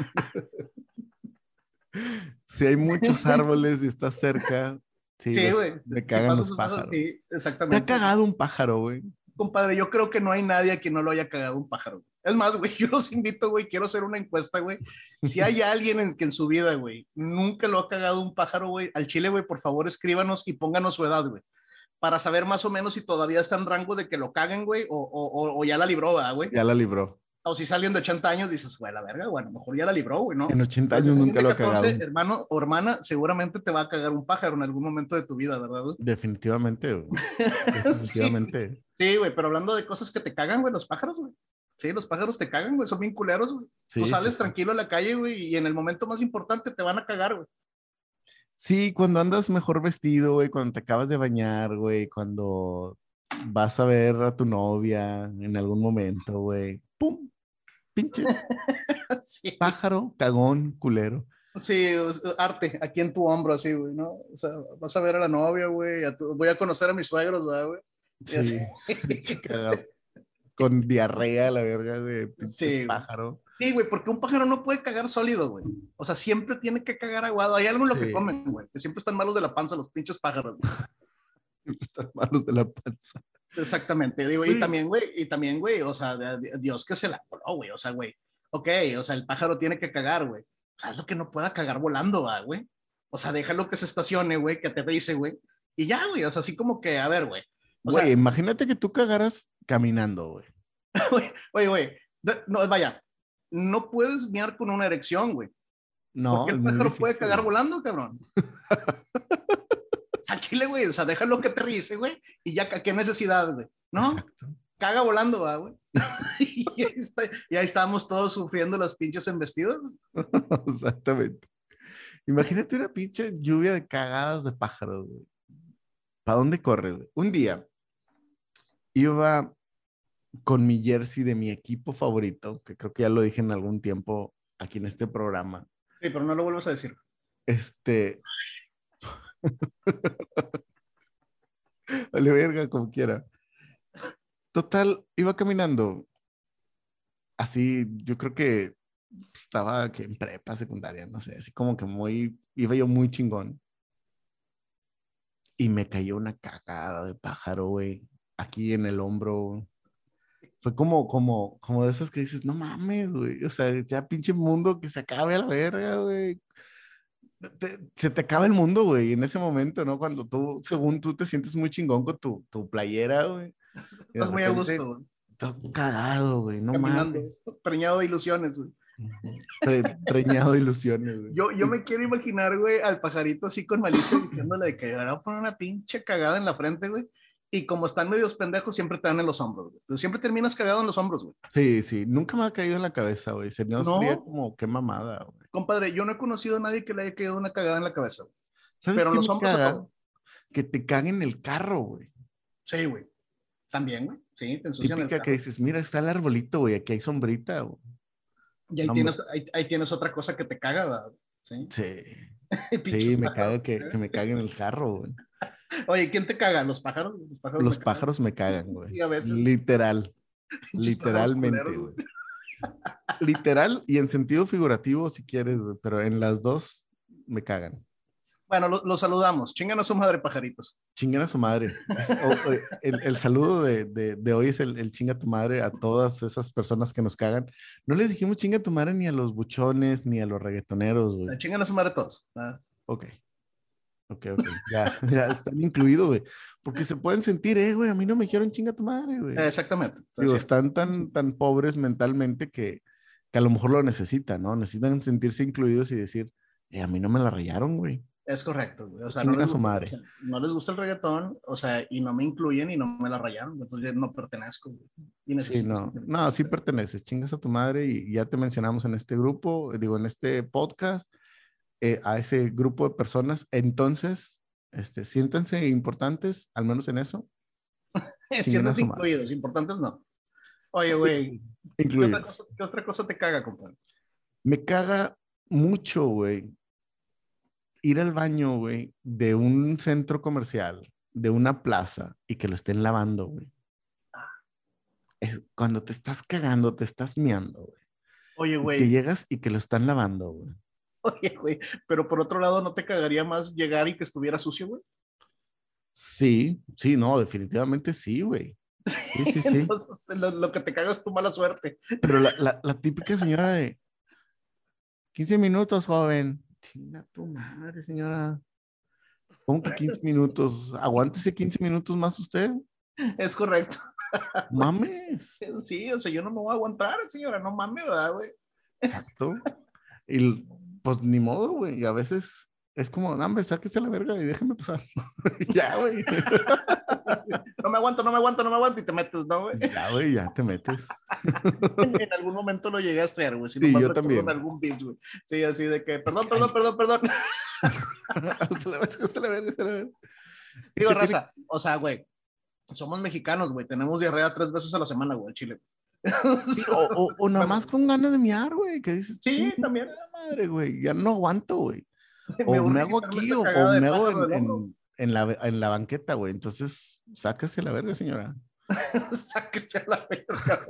Si hay muchos árboles y estás cerca, sí, Sí, güey. me Si cagan pasas los sus pasos, pájaros. sí, ¿Te ha exactamente. cagado un pájaro, güey? Compadre, yo creo que no hay nadie a quien no lo haya cagado un pájaro. Es más, güey, yo los invito, güey, quiero hacer una encuesta, güey. Si hay alguien que en su vida, güey, nunca lo ha cagado un pájaro, güey, al chile, güey, por favor escríbanos y pónganos su edad, güey, para saber más o menos si todavía está en rango de que lo caguen, güey, o ya la libró, güey. Ya la libró. O si salen de 80 años, dices, güey, la verga, güey, a lo mejor ya la libró, güey, ¿no? En 80 Pero si años es alguien nunca de lo ha 14, cagado. hermano o hermana, seguramente te va a cagar un pájaro en algún momento de tu vida, ¿verdad, güey? Definitivamente, güey. Sí, Definitivamente. sí, güey, pero hablando de cosas que te cagan, güey, los pájaros, güey. Sí, los pájaros te cagan, güey, son bien culeros, güey. Tú Sí, sí, sales sí. tranquilo a la calle, güey, y en el momento más importante te van a cagar, güey. Sí, cuando andas mejor vestido, güey, cuando te acabas de bañar, güey, cuando vas a ver a tu novia en algún momento, güey. ¡Pum! Pinche Sí, pájaro, cagón, culero. sí, arte, aquí en tu hombro, así, güey, ¿no? O sea, vas a ver a la novia, güey, voy a conocer a mis suegros, güey. Y así. Sí, pinche cagado. Con diarrea, la verga, güey, pinche Sí, güey. pájaro. Sí, güey, porque un pájaro no puede cagar sólido, güey. O sea, siempre tiene que cagar aguado. Hay algo en lo que Sí, comen, güey, que siempre están malos de la panza los pinches pájaros, güey. están malos de la panza. Exactamente, digo, Güey, y también, güey, o sea, Dios que se la coló, güey, o sea, güey, ok, o sea, el pájaro tiene que cagar, güey, o sea, es lo que no pueda cagar volando, güey, o sea, déjalo que se estacione, güey, que aterrice, güey, y ya, güey, o sea, así como que, a ver, güey, o güey, sea, imagínate que tú cagaras caminando, güey. güey, no, vaya, no puedes miar con una erección, güey, porque No, es el muy pájaro puede cagar difícil. volando, cabrón. O sea, chile, güey, o sea, déjalo que aterrice, güey, y ya, ¿qué necesidad, güey? No, Exacto. caga volando, güey. Y ahí estábamos todos sufriendo los pinches embestidos. Exactamente. Imagínate una pinche lluvia de cagadas de pájaros, güey. ¿Para dónde corres, güey? Un día iba con mi jersey de mi equipo favorito, que creo que ya lo dije en algún tiempo aquí en este programa. Sí, pero no lo vuelvas a decir. Este, vale verga, como quiera. Total, iba caminando. Así, yo creo que estaba que en prepa secundaria, no sé, así como que iba yo muy chingón. Y me cayó una cagada de pájaro, güey, aquí en el hombro. Fue como de esas que dices, no mames, güey. O sea, ya pinche mundo que se acabe a la verga, güey. Se te acaba el mundo, güey, en ese momento, ¿no? Cuando tú, según tú, te sientes muy chingón con tu playera, güey. Y de Estás muy a gusto, repente, güey, estás cagado, güey, no caminando, mames. preñado de ilusiones, güey. Ujú. Preñado de ilusiones, güey. Yo me quiero imaginar, güey, al pajarito así con malicia diciéndole de que ahora poner una pinche cagada en la frente, güey. Y como están medios pendejos, siempre te dan en los hombros, güey. Pero siempre terminas cagado en los hombros, güey. Sí, sí, nunca me ha caído en la cabeza, güey. Sería No, como, qué mamada, güey. compadre, yo no he conocido a nadie que le haya caído una cagada en la cabeza, güey. ¿Sabes Pero en qué los me hombros a caga? todo. Que te caguen el carro, güey. Sí, güey. También, güey. Sí, te ensucian el Típica que carro. dices, mira, está el arbolito, güey, aquí hay sombrita, güey. Y No, hombre. ahí tienes otra cosa que te caga, ¿verdad? Sí. Sí, sí, Pinches me pájaros. caga que me caguen el carro, güey. Oye, ¿quién te caga? ¿Los pájaros? Los pájaros me Los cagan. pájaros me cagan, güey. Y a veces, Literal, pinches pájaros literalmente, culeros, güey. güey. Literal y en sentido figurativo, si quieres, güey, pero en las dos me cagan. Bueno, lo saludamos. Chingan a su madre, pajaritos. Chinguen a su madre. El saludo de hoy es el chinga a tu madre a todas esas personas que nos cagan. No les dijimos chinga a tu madre ni a los buchones ni a los reggaetoneros, güey. Chingan a su madre todos. Ok, ok. Ya, ya están incluidos, güey. Porque se pueden sentir, güey, a mí no me dijeron chinga a tu madre, güey. Exactamente. Digo, Así. están tan pobres mentalmente que a lo mejor lo necesitan, ¿no? Necesitan sentirse incluidos y decir, a mí no me la rayaron, güey. Es correcto, güey. O sea, no Chinguen les a su gusta, o madre. sea, no les gusta el reggaetón, o sea, y no me incluyen y no me la rayaron. Entonces yo no pertenezco, güey. Y Sí, necesito no, sentirme. no, sí perteneces, chingas a tu madre y ya te mencionamos en este grupo, digo, en este podcast, a ese grupo de personas. Entonces, siéntanse importantes, al menos en eso, chinguen a Siéntate su madre. incluidos, importantes no. Oye, Sí, güey, sí, incluidos. qué otra cosa te caga, compadre? Me caga mucho, güey, ir al baño, güey, de un centro comercial, de una plaza y que lo estén lavando, güey. Es cuando te estás cagando, te estás miando, güey. Oye, Y que güey, llegas y que lo están lavando, güey. oye, güey, pero por otro lado, ¿no te cagaría más llegar y que estuviera sucio, güey? Sí, sí, no, definitivamente sí, güey. Sí, sí, sí. Entonces, lo que te caga es tu mala suerte. Pero la típica señora de 15 minutos, joven. Chinga tu madre, señora. ¿Cómo que 15 Sí, minutos? Aguántese 15 minutos más usted. es correcto. Mames. Sí, o sea, yo no me voy a aguantar, señora, no mames, ¿verdad, güey? Exacto. Y pues ni modo, güey. Y a veces es como, no, hombre, sáquese la verga y déjeme pasar. Ya, güey. No me aguanto, no me aguanto, no me aguanto y te metes, ¿no, güey? Ya, güey, ya te metes. En algún momento lo llegué a hacer, güey, si no Sí, mal yo recuerdo en también. algún beat, güey. Sí, así de que, Es perdón, que, perdón, ay, perdón, perdón. usted la verga, usted la verga. Y Digo, se tiene, raza, o sea, güey, somos mexicanos, güey, tenemos diarrea 3 veces a la semana, güey, el chile. sí, o nada más con ganas de miar, güey, que dices, Sí, también. chingada madre, güey, ya no aguanto, güey. Me O me urge hago quitarme aquí esta o cagada de me hago pájaro del hombro. en la banqueta, güey. Entonces, sáquese la verga, señora. Sáquese a la verga.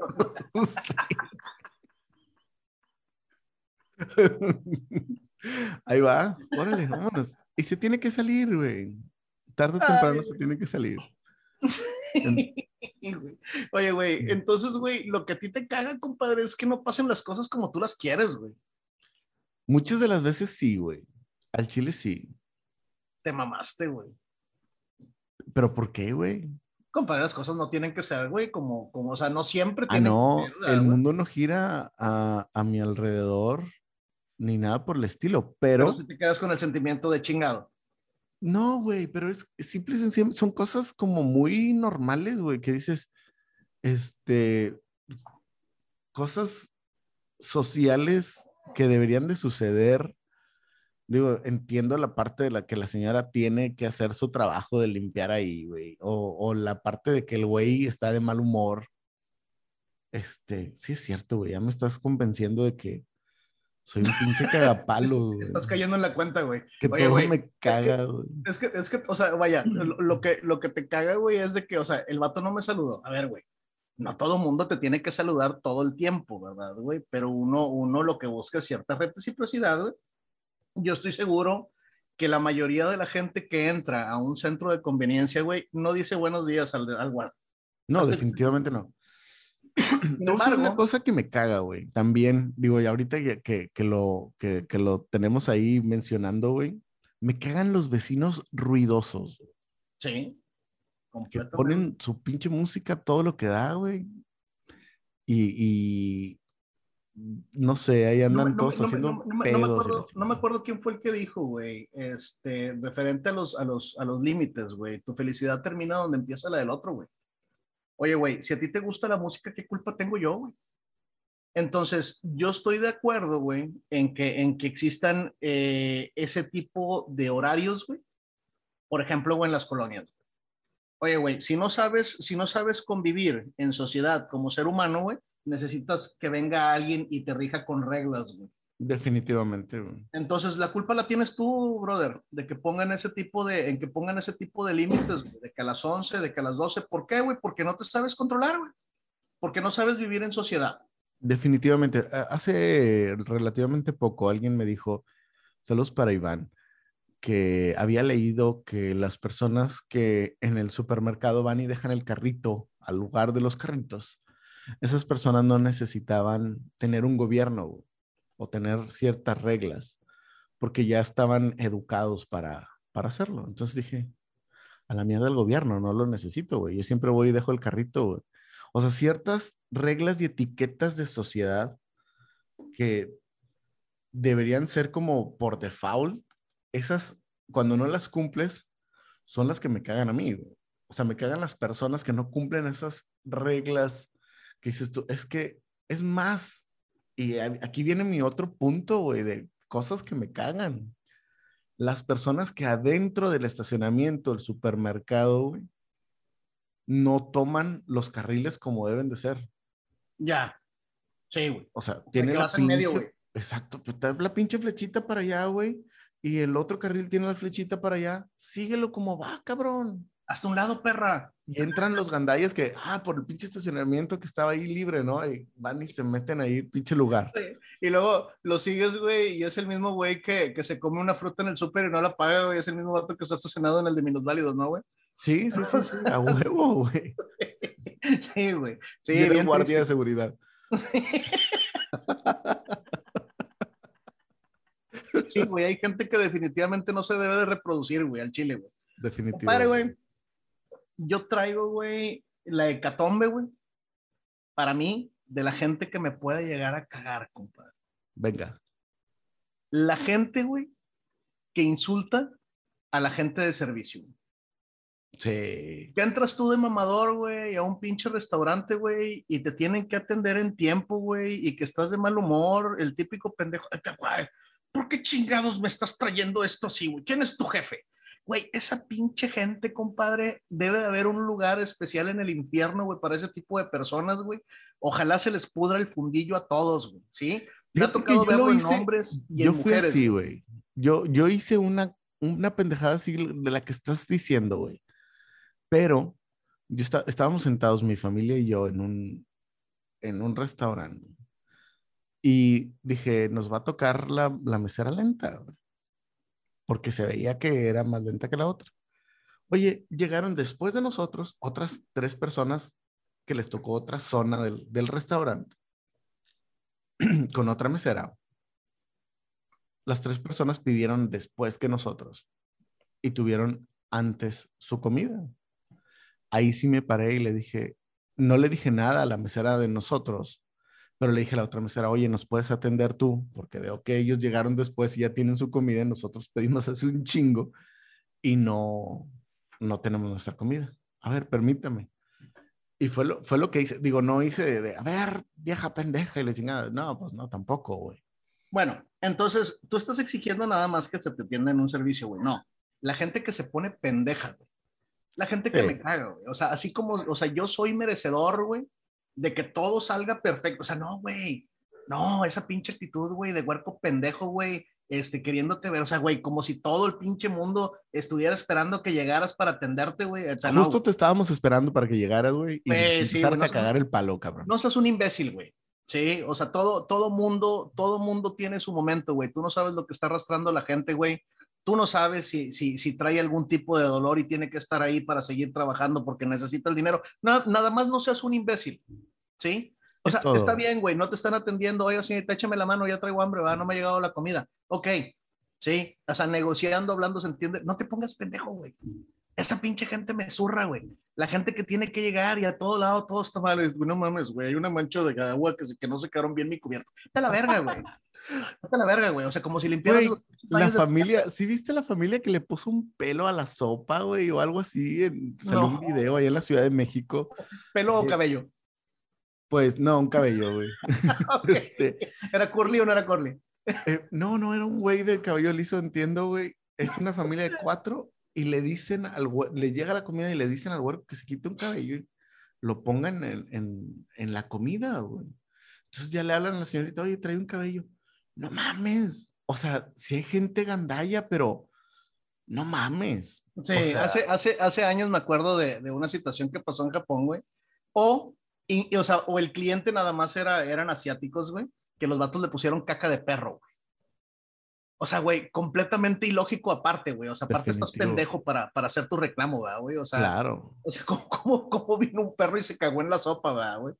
Ahí va, órale, vámonos. Y se tiene que salir, güey. Tarde o temprano Ay, se tiene que salir. En- güey. Oye, güey, entonces, güey, lo que a ti te caga, compadre, es que no pasen las cosas como tú las quieres, güey. Muchas de las veces sí, güey. Al chile sí. Te mamaste, güey. ¿Pero por qué, güey? Compadre, las cosas no tienen que ser, güey, o sea, no siempre Ah, tienen que ser, no, el ¿verdad, güey? mundo no gira a mi alrededor ni nada por el estilo, Pero si pero te quedas con el sentimiento de chingado. no, güey, pero es simple y sencillo, son cosas como muy normales, güey, que dices, este, cosas sociales que deberían de suceder. Digo, entiendo la parte de la que la señora tiene que hacer su trabajo de limpiar ahí, güey, o la parte de que el güey está de mal humor. Sí es cierto, güey, ya me estás convenciendo de que soy un pinche cagapalo, güey, Estás cayendo en la cuenta, güey. que Oye, todo güey, me caga, güey. o sea, vaya, lo que te caga, güey, es de que, o sea, el vato no me saludó. A ver, güey, no todo mundo te tiene que saludar todo el tiempo, ¿verdad, güey? Pero uno lo que busca es cierta reciprocidad, güey. Yo estoy seguro que la mayoría de la gente que entra a un centro de conveniencia, güey, no dice buenos días al guardia. No, Estoy definitivamente no. Sin Te voy a decir una embargo, cosa que me caga, güey. También, digo, y ahorita que lo tenemos ahí mencionando, güey, me cagan los vecinos ruidosos, sí, que completamente. ponen su pinche música todo lo que da, güey, y no sé, ahí No me, andan no me, todos no me, no haciendo me, no me- no me pedos y la acuerdo, no me chingada. acuerdo quién fue el que dijo, güey, referente a los límites, güey. Tu felicidad termina donde empieza la del otro, güey. Oye, güey, si a ti te gusta la música, ¿qué culpa tengo yo, güey? Entonces, yo estoy de acuerdo, güey, en que existan ese tipo de horarios, güey. Por ejemplo, güey, en las colonias. Oye, güey, si no sabes convivir en sociedad como ser humano, güey, necesitas que venga alguien y te rija con reglas, güey. Definitivamente, güey. Entonces, la culpa la tienes tú, brother, en que pongan ese tipo de límites, güey, de que a las 11, de que a las 12. ¿Por qué, güey? Porque no te sabes controlar, güey. Porque no sabes vivir en sociedad. Definitivamente. Hace relativamente poco alguien me dijo, saludos para Iván, que había leído que las personas que en el supermercado van y dejan el carrito al lugar de los carritos, esas personas no necesitaban tener un gobierno o tener ciertas reglas, porque ya estaban educados para hacerlo. Entonces dije, a la mierda del gobierno, no lo necesito, güey. Yo siempre voy y dejo el carrito, güey. O sea, ciertas reglas y etiquetas de sociedad que deberían ser como por default, esas, cuando no las cumples, son las que me cagan a mí, güey. O sea, me cagan las personas que no cumplen esas reglas que dices tú, es que es más, y aquí viene mi otro punto, güey, de cosas que me cagan. Las personas que adentro del estacionamiento del supermercado, güey, no toman los carriles como deben de ser. Ya, sí, güey. O sea, De tiene que la vas en medio, pinche, güey. exacto, pues está la pinche flechita para allá, güey, y el otro carril tiene la flechita para allá. Síguelo como va, cabrón. hasta un lado, perra. Y entran los gandallas que, por el pinche estacionamiento que estaba ahí libre, ¿no? Y van y se meten ahí, pinche lugar. Y luego lo sigues, güey, y es el mismo güey que se come una fruta en el súper y no la paga, güey. Es el mismo vato que está estacionado en el de Minusválidos, ¿no, güey? Sí, sí, sí, sí, a huevo, güey. Sí, güey. Y Sí, era el bien guardia triste. de seguridad. Sí, güey, hay gente que definitivamente no se debe de reproducir, güey, al chile, güey. Definitivo, Compadre, güey. güey, yo traigo, güey, la hecatombe, güey, para mí, de la gente que me puede llegar a cagar, compadre. Venga. La gente, güey, que insulta a la gente de servicio. Sí. Ya entras tú de mamador, güey, a un pinche restaurante, güey, y te tienen que atender en tiempo, güey, y que estás de mal humor, el típico pendejo, güey, ¿por qué chingados me estás trayendo esto así, güey? ¿Quién es tu jefe? Güey, esa pinche gente, compadre, debe de haber un lugar especial en el infierno, güey, para ese tipo de personas, güey. Ojalá se les pudra el fundillo a todos, güey, ¿sí? Me ha Fíjate que tocado yo lo verlo en hice, hombres y en yo fui mujeres, así, güey. güey. Yo hice una pendejada así de la que estás diciendo, güey. Pero estábamos sentados, mi familia y yo, en un restaurante. Y dije, nos va a tocar la mesera lenta, güey, porque se veía que era más lenta que la otra. Oye, llegaron después de nosotros otras 3 personas que les tocó otra zona del restaurante con otra mesera. Las 3 personas pidieron después que nosotros y tuvieron antes su comida. Ahí sí me paré y le dije, no le dije nada a la mesera de nosotros, pero le dije a la otra mesera, oye, ¿nos puedes atender tú? Porque veo que ellos llegaron después y ya tienen su comida y nosotros pedimos hace un chingo y no tenemos nuestra comida. A ver, permítame. Y fue lo que hice. Digo, no hice a ver, vieja pendeja y le chingada. No, pues no, tampoco, güey. Bueno, entonces tú estás exigiendo nada más que se te atienda en un servicio, güey. No, la gente que se pone pendeja, güey. La gente que me Sí, caga, güey. O sea, así como, o sea, yo soy merecedor, güey, de que todo salga perfecto. O sea, no, güey. No, esa pinche actitud, güey, de huerco pendejo, güey, queriéndote ver. O sea, güey, como si todo el pinche mundo estuviera esperando que llegaras para atenderte, güey. O sea, no, justo güey. te estábamos esperando para que llegaras, güey, y nos Sí, güey, empezaras no, a cagar el palo, cabrón. no seas un imbécil, güey. Sí, o sea, todo mundo tiene su momento, güey. Tú no sabes lo que está arrastrando la gente, güey. Tú no sabes si trae algún tipo de dolor y tiene que estar ahí para seguir trabajando porque necesita el dinero. Nada más no seas un imbécil, ¿sí? O Es sea, está todo. bien, güey, no te están atendiendo. Oiga, señorita, échame la mano, ya traigo hambre, ¿verdad? No me ha llegado la comida. Ok, sí, o sea, negociando, hablando, se entiende. No te pongas pendejo, güey. Esa pinche gente me zurra, güey. La gente que tiene que llegar y a todo lado todo está mal. No mames, güey. Hay una mancha de agua que no se quedaron bien mi cubierto. Vete a la verga, güey. Vete a la verga, güey. O sea, como si limpiaras los Güey, la baños de tu familia, casa. ¿sí viste la familia que le puso un pelo a la sopa, güey, o algo así? Salió un No, video ahí en la Ciudad de México. pelo o Eh, cabello. pues no, un cabello, güey. Ok. Este, ¿Era curly o no era curly? no era un güey del cabello liso, entiendo, güey. Es una familia de 4 y le dicen le llega la comida y le dicen al güey que se quite un cabello y lo pongan en la comida, güey. Entonces ya le hablan a la señorita, oye, trae un cabello. No mames. O sea, si hay gente gandalla, pero no mames. Sí, O sea, hace años me acuerdo de una situación que pasó en Japón, güey. O, o sea, o el cliente nada más eran asiáticos, güey, que los vatos le pusieron caca de perro. O sea, güey, completamente ilógico aparte, güey. O sea, aparte estás definitivo. pendejo para hacer tu reclamo, ¿verdad, güey? Claro. O sea, ¿cómo vino un perro y se cagó en la sopa, ¿verdad, güey?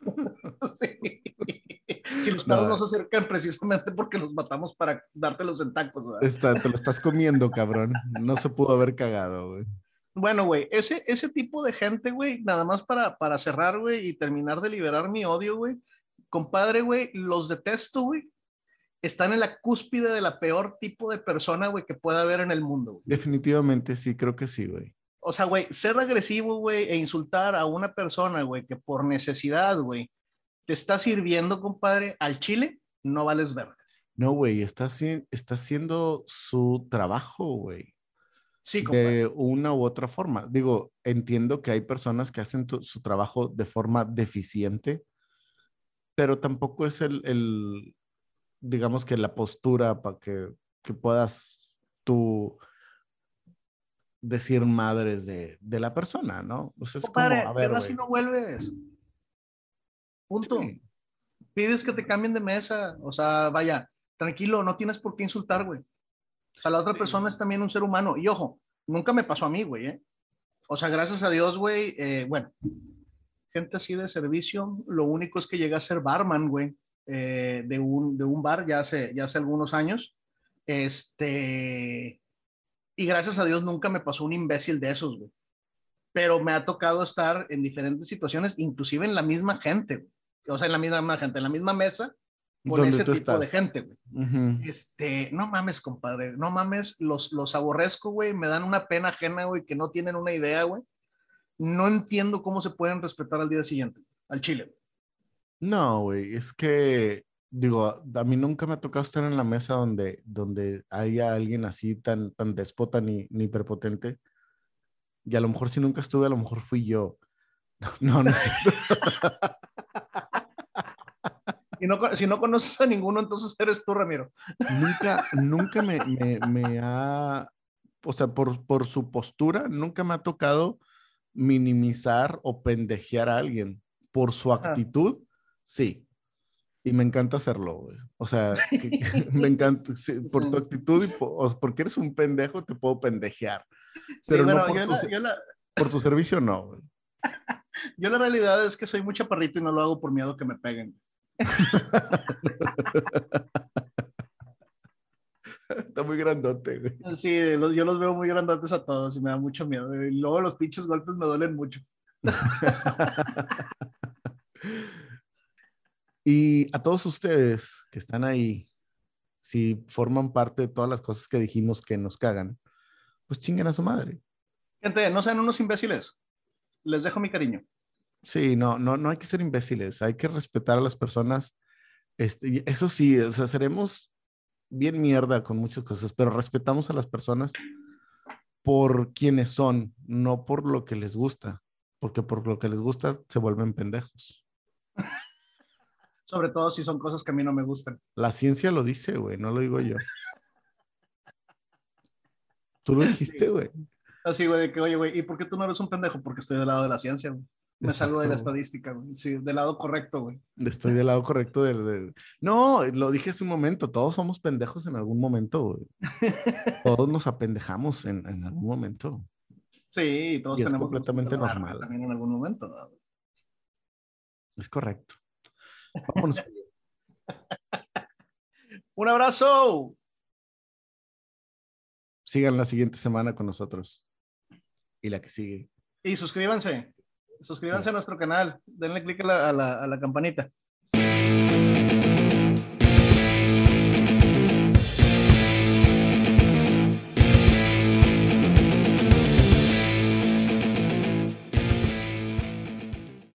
Sí. Si los perros no No, se acercan precisamente porque los matamos para dártelos en tacos, ¿verdad? te lo estás comiendo, cabrón. No se pudo haber cagado, güey. Bueno, güey, ese tipo de gente, güey, nada más para cerrar, güey, y terminar de liberar mi odio, güey. Compadre, güey, los detesto, güey. Están en la cúspide de la peor tipo de persona, güey, que pueda haber en el mundo, güey. Definitivamente sí, creo que sí, güey. O sea, güey, ser agresivo, güey, e insultar a una persona, güey, que por necesidad, güey, te está sirviendo, compadre, al chile, no vales verga. No, güey, está haciendo su trabajo, güey, Sí, compadre. de una u otra forma. Digo, entiendo que hay personas que hacen su trabajo de forma deficiente, pero tampoco es digamos que la postura para que puedas tú decir madres de la persona, ¿no? Pues es como, a Compadre, ver, pero así güey. no vuelves. Punto. Sí, Pides que te cambien de mesa. O sea, vaya, tranquilo, no tienes por qué insultar, güey. O sea, la otra persona sí. es también un ser humano. Y ojo, nunca me pasó a mí, güey, ¿eh? O sea, gracias a Dios, güey. Bueno, gente así de servicio, lo único es que llegué a ser barman, güey, de un bar ya hace algunos años. Y gracias a Dios nunca me pasó un imbécil de esos, güey. Pero me ha tocado estar en diferentes situaciones, inclusive en la misma gente, güey. O sea, en la misma gente, en la misma mesa, con Donde ese tú tipo de estás. gente, güey. Ujú. No mames, compadre, no mames, los aborrezco, güey, me dan una pena ajena, güey, que no tienen una idea, güey. No entiendo cómo se pueden respetar al día siguiente, al chile, güey. No, güey, es que, digo, a mí nunca me ha tocado estar en la mesa donde haya alguien así tan déspota ni prepotente. Y a lo mejor si nunca estuve, a lo mejor fui yo. No, no es cierto. Si no conoces a ninguno, entonces eres tú, Ramiro. Nunca me ha, o sea, por su postura, nunca me ha tocado minimizar o pendejear a alguien. Por su Ajá. actitud, sí. Y me encanta hacerlo, güey. O sea, me encanta, sí, por tu Sí, actitud y porque eres un pendejo, te puedo pendejear. sí, Pero no bueno, por por tu servicio, no, güey. yo la realidad es que soy muy chaparrito y no lo hago por miedo que me peguen. Está muy grandote, güey. Sí, yo los veo muy grandotes a todos y me da mucho miedo. Y luego los pinches golpes me duelen mucho. Y a todos ustedes que están ahí, si forman parte de todas las cosas que dijimos que nos cagan, pues chinguen a su madre. Gente, no sean unos imbéciles. Les dejo mi cariño. Sí, no hay que ser imbéciles, hay que respetar a las personas. Y eso sí, o sea, seremos bien mierda con muchas cosas, pero respetamos a las personas por quienes son, no por lo que les gusta, porque por lo que les gusta se vuelven pendejos. Sobre todo si son cosas que a mí no me gustan. La ciencia lo dice, güey, no lo digo yo. Tú lo dijiste, Sí. güey. Así, güey, de que, oye, güey, ¿y por qué tú no eres un pendejo? Porque estoy del lado de la ciencia, güey. Me salgo de la Exacto. estadística, güey. Sí, del lado correcto, güey. Estoy del lado correcto No, lo dije hace un momento, todos somos pendejos en algún momento, güey. Todos nos apendejamos en algún momento Sí, y todos es tenemos nuestro completamente celular, güey, normal. también en algún momento, ¿no? Es correcto. Vámonos. Un abrazo Sigan la siguiente semana con nosotros y la que sigue. y suscríbanse. Suscríbanse Sí. a nuestro canal. Denle click a a la campanita.